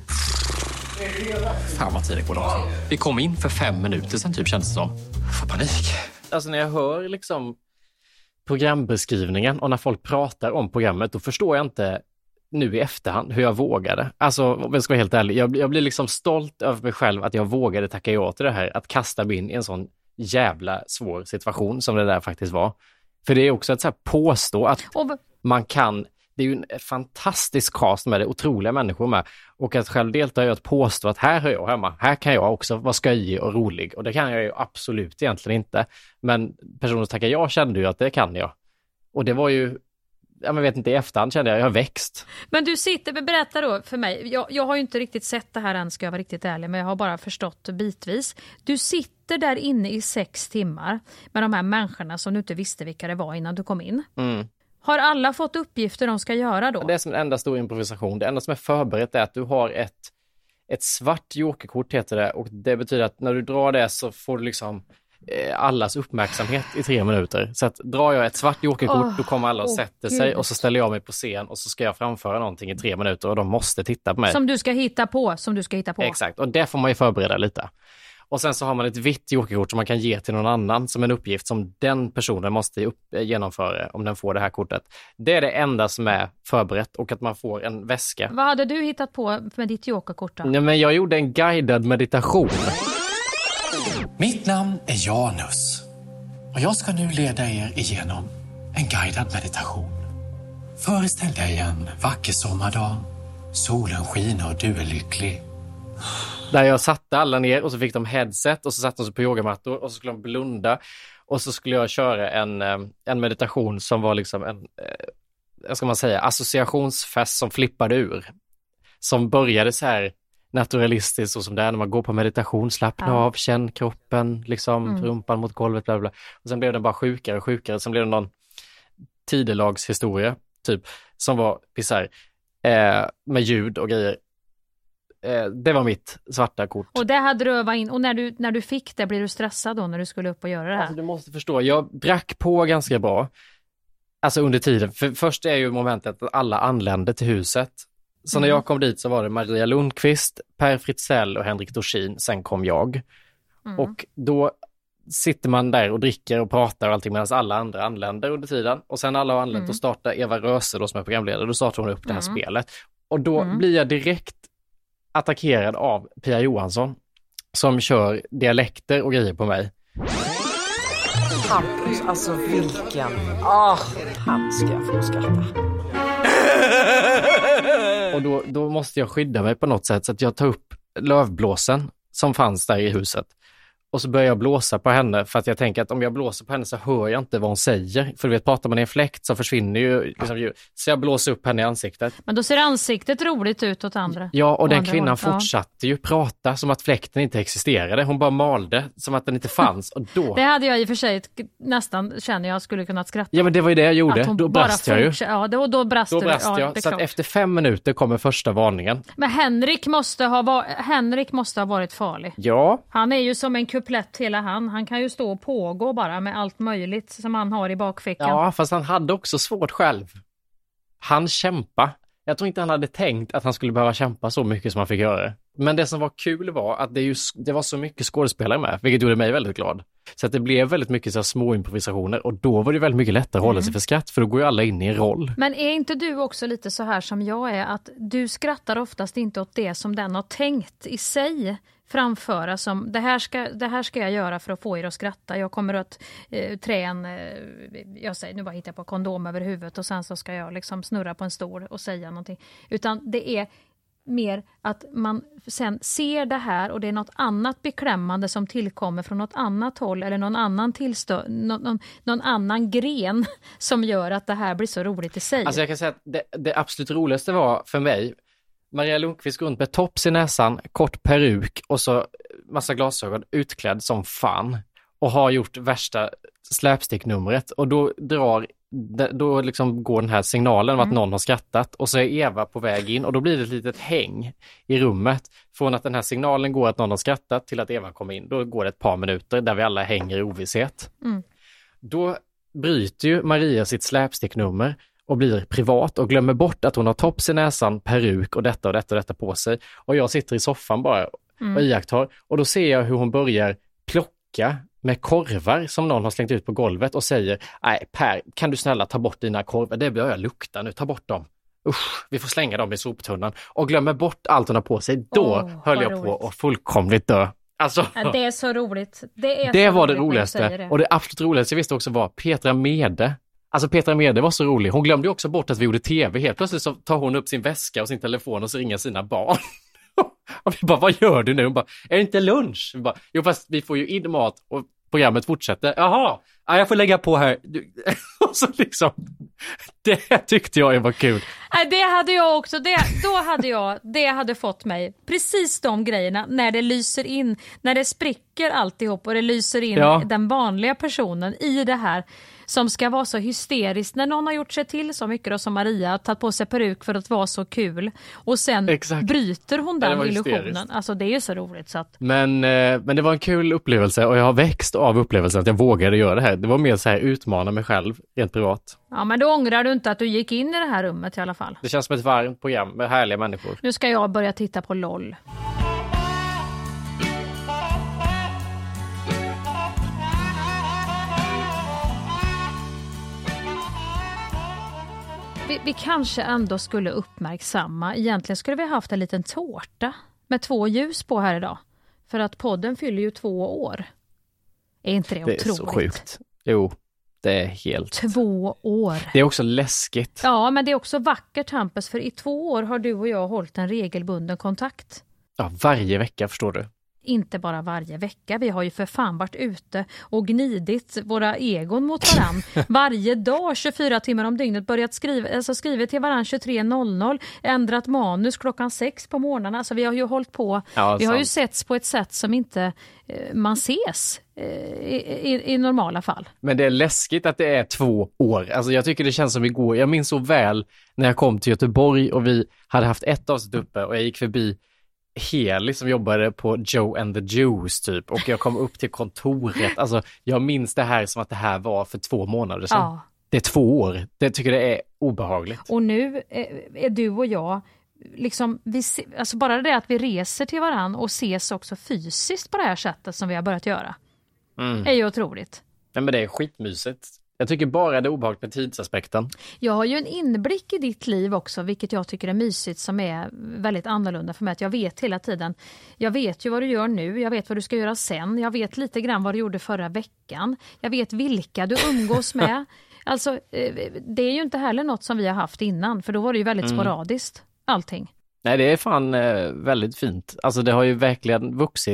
Fan vad tiden går långt. Vi kom in för fem minuter sen typ, känns det som. Får panik. Alltså när jag hör liksom programbeskrivningen och när folk pratar om programmet, då förstår jag inte nu i efterhand hur jag vågade. Alltså om jag ska vara helt ärlig, jag, jag blir liksom stolt över mig själv att jag vågade tacka ja till det här. Att kasta mig in i en sån jävla svår situation som det där faktiskt var. För det är också att så här påstå att man kan, det är ju en fantastisk cast med det, otroliga människor med, och att själv delta i att påstå att här hör jag hemma, här kan jag också vara skojig och rolig, och det kan jag ju absolut egentligen inte, men personen som tackar jag kände ju att det kan jag, och det var ju, jag vet inte, i efterhand kände jag jag har växt. Men du sitter, berätta då för mig, jag, jag har ju inte riktigt sett det här än, ska jag vara riktigt ärlig, men jag har bara förstått bitvis. Du sitter där inne i sex timmar med de här människorna som du inte visste vilka det var innan du kom in. Mm. Har alla fått uppgifter de ska göra då? Det är som en enda stor improvisation. Det enda som är förberett är att du har ett, ett svart jokerkort, heter det, och det betyder att när du drar det så får du liksom allas uppmärksamhet i tre minuter. Så att drar jag ett svart jokerkort, oh, då kommer alla och oh, sätter sig Gud. Och så ställer jag mig på scen och så ska jag framföra någonting i tre minuter och de måste titta på mig. Som du ska hitta på, som du ska hitta på. Exakt, och det får man ju förbereda lite. Och sen så har man ett vitt jokerkort som man kan ge till någon annan som en uppgift som den personen måste upp, genomföra om den får det här kortet. Det är det enda som är förberett, och att man får en väska. Vad hade du hittat på med ditt jokerkort då? Nej, men jag gjorde en guidad meditation. Mitt namn är Janus och jag ska nu leda er igenom en guidad meditation. Föreställ dig en vacker sommardag, solen skiner och du är lycklig. Där jag satte alla ner och så fick de headset och så satt de sig på yogamattor och så skulle de blunda och så skulle jag köra en, en meditation som var liksom en, vad ska man säga, associationsfest som flippade ur. Som började så här naturalistiskt och som det är när man går på meditation, slappna ja. av, känn kroppen, liksom mm. rumpan mot golvet, bla bla. Och sen blev den bara sjukare och sjukare. Sen blev det någon tidelagshistoria typ som var bisarr eh, med ljud och grejer. Eh, det var mitt svarta kort. Och det hade du övat in. Och när du, när du fick det, blev du stressad då när du skulle upp och göra det här? Alltså, du måste förstå, jag drack på ganska bra. Alltså under tiden. För först är ju momentet att alla anlände till huset. Så mm. när jag kom dit så var det Maria Lundqvist, Per Fritzell och Henrik Dorsin. Sen kom jag. Mm. Och då sitter man där och dricker och pratar och allting medan alla andra anländer under tiden. Och sen alla har anlänt mm. och startar Eva Röse då som är programledare. Då startar hon upp det här mm. spelet. Och då mm. blir jag direkt attackerad av Pia Johansson som kör dialekter och grejer på mig. Hampus, alltså vilken... Ah, han ska få skratta. Och då, då måste jag skydda mig på något sätt så att jag tar upp lövblåsen som fanns där i huset. Och så börjar jag blåsa på henne för att jag tänker att om jag blåser på henne så hör jag inte vad hon säger. För du vet, pratar man i en fläkt så försvinner ju liksom ljud. Så jag blåser upp henne i ansiktet. Men då ser ansiktet roligt ut åt andra. Ja, och den andra kvinnan håll. fortsatte ju prata som att fläkten inte existerade. Hon bara malde som att den inte fanns. Och då... Det hade jag i och för sig nästan, känner jag, skulle kunna skratta. Ja, men det var ju det jag gjorde. Då brast jag ju. Ja, då, då brast, då brast ja, jag. Så att efter fem minuter kommer första varningen. Men Henrik måste ha, var... Henrik måste ha varit farlig. Ja. Han är ju som en kuplett hela han. Han kan ju stå och pågå bara med allt möjligt som han har i bakfickan. Ja, fast han hade också svårt själv. Han kämpa. Jag tror inte han hade tänkt att han skulle behöva kämpa så mycket som han fick göra. Men det som var kul var att det, just, det var så mycket skådespelare med, vilket gjorde mig väldigt glad. Så att det blev väldigt mycket så här små improvisationer och då var det väldigt mycket lättare att hålla sig Mm. för skratt, för då går ju alla in i en roll. Men är inte du också lite så här som jag är, att du skrattar oftast inte åt det som den har tänkt i sig framföra som det här ska, det här ska jag göra för att få er att skratta. Jag kommer att eh, trä en, eh, jag säger, nu bara hittar jag på kondom över huvudet och sen så ska jag liksom snurra på en stol och säga någonting. Utan det är mer att man sen ser det här och det är något annat beklämmande som tillkommer från något annat håll eller någon annan tillstå- någon, någon, någon annan gren som gör att det här blir så roligt i sig. Alltså jag kan säga att det, det absolut roligaste var för mig, Maria Lundqvist går runt med tops i näsan, kort peruk och så massa glasögon, utklädd som fan och har gjort värsta släpsticknumret och då drar då liksom går den här signalen om att Mm. någon har skrattat och så är Eva på väg in och då blir det ett litet häng i rummet från att den här signalen går att någon har skrattat till att Eva kommer in. Då går det ett par minuter där vi alla hänger i ovisshet. Mm. Då bryter ju Maria sitt släpsticknummer och blir privat och glömmer bort att hon har tops i näsan, peruk och detta och detta och detta på sig. Och jag sitter i soffan bara Mm. och iakttar och då ser jag hur hon börjar plocka med korvar som någon har slängt ut på golvet och säger, nej Per, kan du snälla ta bort dina korvar? Det börjar lukta nu, ta bort dem. Usch, vi får slänga dem i soptunnan. Och glömmer bort allt hon har på sig. Då Åh, höll vad jag roligt. på att fullkomligt dö. Alltså, Ja, det är så roligt. Det, är det så var det roligt när du roligaste. säger det. Och det absolut roligaste jag visste också var Petra Mede. Alltså Petra Mede var så rolig. Hon glömde också bort att vi gjorde tv. Helt plötsligt så tar hon upp sin väska och sin telefon och så ringer sina barn. Och vi bara, vad gör du nu? Hon bara, är det inte lunch? Vi bara, jo fast vi får ju in mat och programmet fortsätter. Jaha, ja, jag får lägga på här. Du... och så liksom, det tyckte jag var kul. Nej, det hade jag också. Det, då hade jag, det hade fått mig precis de grejerna när det lyser in, när det spricker alltihop och det lyser in Ja. den vanliga personen i det här som ska vara så hysteriskt när någon har gjort sig till så mycket då, som Maria har tagit på sig peruk för att vara så kul och sen Exakt. bryter hon Ja, det den var illusionen. hysteriskt. Alltså det är ju så roligt så att Men, eh, men det var en kul upplevelse och jag har växt av upplevelsen att jag vågade göra det här. Det var mer så här utmana mig själv, rent privat. ja, men då ångrar du inte att du gick in i det här rummet i alla fall. Det känns som ett varmt program med härliga människor. Nu ska jag börja titta på LOL. Vi, vi kanske ändå skulle uppmärksamma, egentligen skulle vi ha haft en liten tårta med två ljus på här idag. För att podden fyller ju två år. Är inte det, Det är otroligt? så sjukt. Jo, det är helt... Två år. Det är också läskigt. Ja, men det är också vackert, Hampus, för i två år har du och jag hållit en regelbunden kontakt. Ja, varje vecka förstår du. Inte bara varje vecka. Vi har ju för fan varit ute och gnidit våra egon mot varann. Varje dag, tjugofyra timmar om dygnet, börjat skriva, alltså skrivit till varann tjugotre noll noll, ändrat manus klockan sex på morgnarna. Alltså vi har ju hållit på, Ja, vi har ju sant. setts på ett sätt som inte eh, man ses eh, i, i, i normala fall. Men det är läskigt att det är två år. Alltså jag tycker det känns som igår. Jag minns så väl när jag kom till Göteborg och vi hade haft ett avsnitt uppe och jag gick förbi Heli som jobbade på Joe and the Juice typ och jag kom upp till kontoret. Alltså jag minns det här som att det här var för två månader sedan. Ja. Det är två år. Det tycker jag är obehagligt. Och nu är, är du och jag liksom, vi, se- alltså bara det att vi reser till varann och ses också fysiskt på det här sättet som vi har börjat göra Mm. är ju otroligt. Nej, men det är skitmysigt. Jag tycker bara det är obehagligt med tidsaspekten. Jag har ju en inblick i ditt liv också, vilket jag tycker är mysigt, som är väldigt annorlunda för mig. Att jag vet hela tiden, jag vet ju vad du gör nu, jag vet vad du ska göra sen, jag vet lite grann vad du gjorde förra veckan, jag vet vilka du umgås med. Alltså, eh, det är ju inte heller något som vi har haft innan, för då var det ju väldigt Mm. sporadiskt, allting. Nej, det är fan eh, väldigt fint. Alltså det har ju verkligen vuxit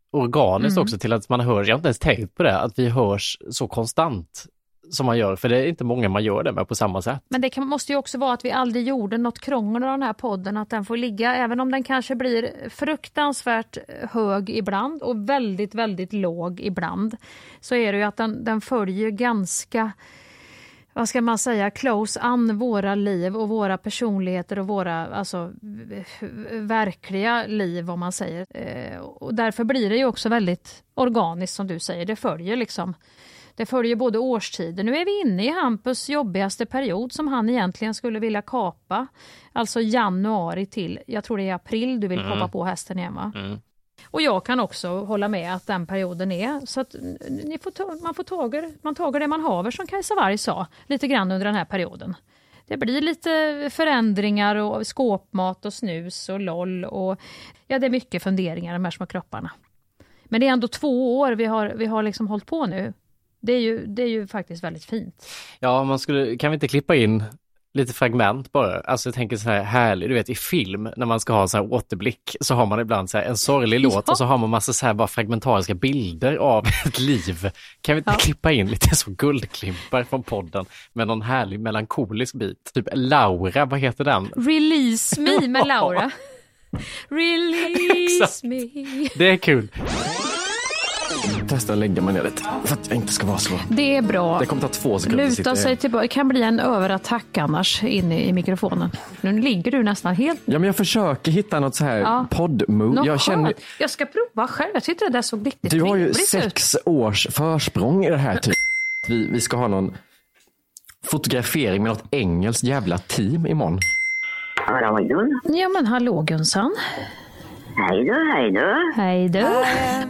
organiskt Mm. också till att man hörs. Jag har inte ens tänkt på det, att vi hörs så konstant som man gör. För det är inte många man gör det med på samma sätt. Men det kan, måste ju också vara att vi aldrig gjorde något krångel av den här podden. Att den får ligga, även om den kanske blir fruktansvärt hög ibland och väldigt, väldigt låg ibland. Så är det ju att den, den följer ganska, vad ska man säga, close an våra liv och våra personligheter och våra alltså, verkliga liv, om man säger. Eh, och därför blir det ju också väldigt organiskt, som du säger. Det följer liksom, det följer både årstider. Nu är vi inne i Hampus jobbigaste period som han egentligen skulle vilja kapa. Alltså januari till, jag tror det är april du vill Mm. komma på hästen igen, va? Mm. Och jag kan också hålla med att den perioden är så att ni får ta, man får tager, man tager det man haver, som Kajsa Warg sa lite grann under den här perioden. Det blir lite förändringar och skåpmat och snus och loll och ja, det är mycket funderingar de här små kropparna. Men det är ändå två år vi har, vi har liksom hållit på nu. Det är ju, det är ju faktiskt väldigt fint. Ja, man skulle, kan vi inte klippa in lite fragment bara? Alltså jag tänker så här härligt, du vet i film när man ska ha så här återblick så har man ibland så här en sorglig låt Ja. och så har man massa så här bara fragmentariska bilder av ett liv. Kan vi inte Ja. klippa in lite så guldklimpar från podden med någon härlig melankolisk bit? Typ Laura, vad heter den? Release me med Laura. Release Exakt. me. Det är kul. Testa att lägga mig ner lite för att jag inte ska vara så. Det är bra. Det kommer ta två sekunder. att sitta Luta sig igen. tillbaka. Det kan bli en överattack annars inne i mikrofonen. Nu ligger du nästan helt... Ja, men jag försöker hitta något så här Ja. podd-move. Något Jag känner, skönt. Jag ska prova själv. Jag tyckte det där såg riktigt du har ju trevligt ut. sex års försprång i det här typ. Vi, vi ska ha någon fotografering med något engelskt jävla team imorgon. Ja, men hallå Gunsan. Hej då, hej då. Hej då.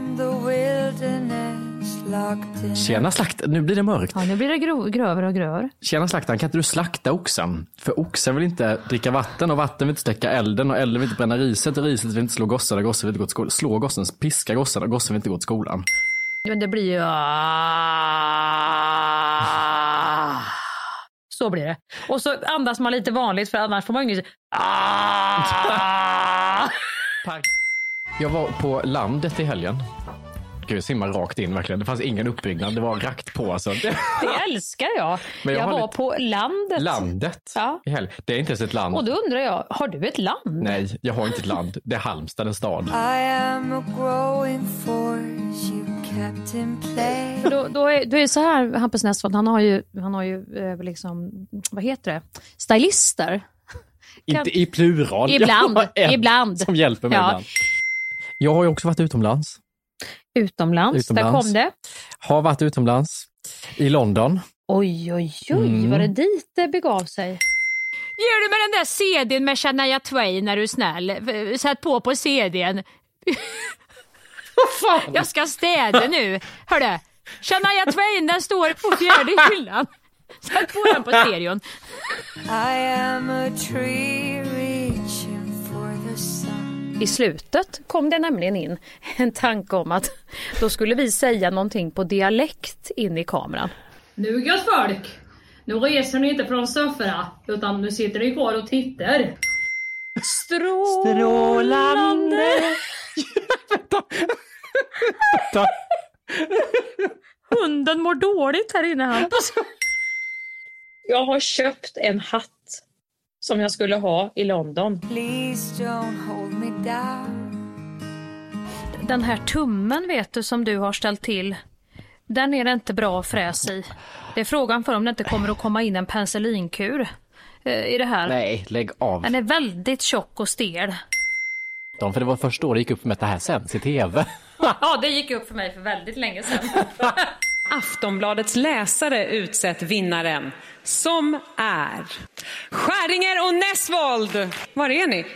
Tjena slakt, nu blir det mörkt. Ja, nu blir det gro- grövre och grövre. Tjena slaktan, kan inte du slakta oxen? För oxen vill inte dricka vatten och vatten vill inte släcka elden och elden vill inte bränna riset och riset vill inte slå gossar och gossar vill inte gå till skolan. Slå gossen, piska gossarna och gossen vill inte gå till skolan. Men det blir ju... Så blir det. Och så andas man lite vanligt för annars får man inget... Jag var på landet i helgen. Gud, jag simmar rakt in verkligen. Det fanns ingen uppbyggnad, det var rakt på. Alltså. Det älskar jag. Men jag jag har var lite- på landet. Landet Ja. i helgen. Det är inte ens ett land. Och då undrar jag, har du ett land? Nej, jag har inte ett land. Det är Halmstad, en stad. I am a growing force you kept in play. För Då, då, är, då är det så här, Hampus Nästvall, han har ju, han har ju eh, liksom, vad heter det? Stylister. Inte i plural. Ibland, Jag har en ibland. som hjälper mig Ja. ibland. Jag har ju också varit utomlands. Utomlands, Utomlands. där kom det. Har varit utomlands. I London. Oj, oj, oj, Mm. var det dit det begav sig? Ger du mig den där C D:n med Shania Twain när du är snäll? Sätt på på C D:n. Vad fan? Jag ska städa nu. Hörru, Shania Twain, den står på fjärde hyllan. Sätt på den på stereon. I am a tree reaching for the sun. I slutet kom det nämligen in en tanke om att då skulle vi säga någonting på dialekt in i kameran. Nu gott folk, nu reser ni inte från sofforna utan nu sitter ni kvar och tittar. Strålande. Hunden mår dåligt här inne, Hampus. Jag har köpt en hatt som jag skulle ha i London. Please don't hold me down. Den här tummen, vet du, som du har ställt till, den är det inte bra fräs i. Det är frågan för om det inte kommer att komma in en penicillinkur eh, i det här. Nej, lägg av. Den är väldigt tjock och stel. De, för det var först då det gick upp med att det här sänds i tv. Ja, det gick upp för mig för väldigt länge sedan. Aftonbladets läsare utsett vinnaren, som är Skäringer och Näsvold. Var är ni?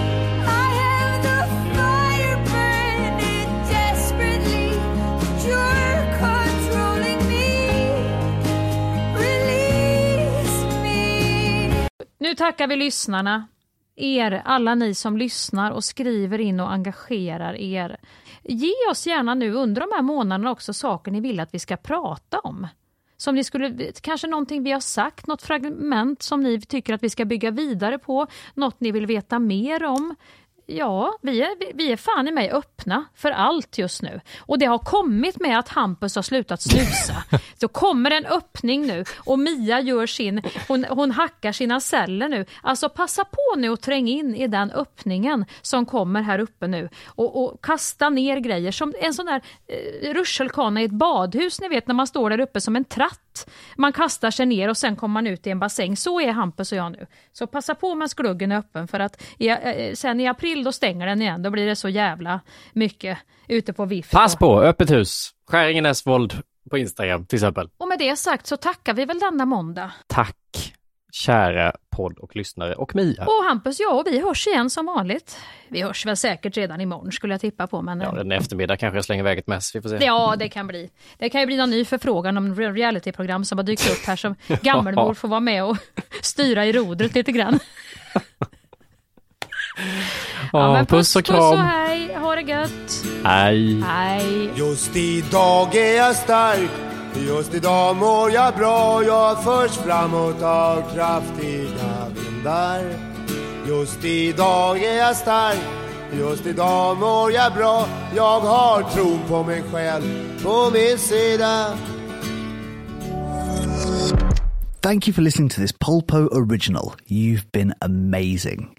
Nu tackar vi lyssnarna. Er, alla ni som lyssnar och skriver in och engagerar er. Ge oss gärna nu under de här månaderna också saker ni vill att vi ska prata om. Som ni skulle, kanske någonting vi har sagt, något fragment som ni tycker att vi ska bygga vidare på, något ni vill veta mer om. ja, vi är, vi är fan i mig öppna för allt just nu. Och det har kommit med att Hampus har slutat snusa. Så kommer en öppning nu och Mia gör sin, hon, hon hackar sina celler nu. Alltså passa på nu och träng in i den öppningen som kommer här uppe nu. Och, och kasta ner grejer som en sån där eh, rutschkana i ett badhus, ni vet när man står där uppe som en tratt. Man kastar sig ner och sen kommer man ut i en bassäng. Så är Hampus och jag nu. Så passa på med skluggen öppen för att i, eh, sen i april då stänger den igen. Då blir det så jävla mycket ute på vift. Pass på, öppet hus. Skäringen Näsvold på Instagram till exempel. Och med det sagt så tackar vi väl denna måndag. Tack kära podd och lyssnare och Mia. Och Hampus, ja, och vi hörs igen som vanligt. Vi hörs väl säkert redan imorgon skulle jag tippa på. Men... Ja, den eftermiddag kanske jag slänger iväg ett mess. Vi får se. Ja, det kan bli. Det kan ju bli någon ny förfrågan om realityprogram som har dykt upp här som gammelmor får vara med och styra i rodret lite grann. Ja, men puss, puss och kram. Puss och hej, ha det gött. Hej. Hej. Just idag är jag stark, just idag mår jag bra. Jag förs framåt av kraftiga vindar. Just idag är jag stark, just idag mår jag bra. Jag har tron på mig själv på min sida. Thank you for listening to this Polpo original. You've been amazing.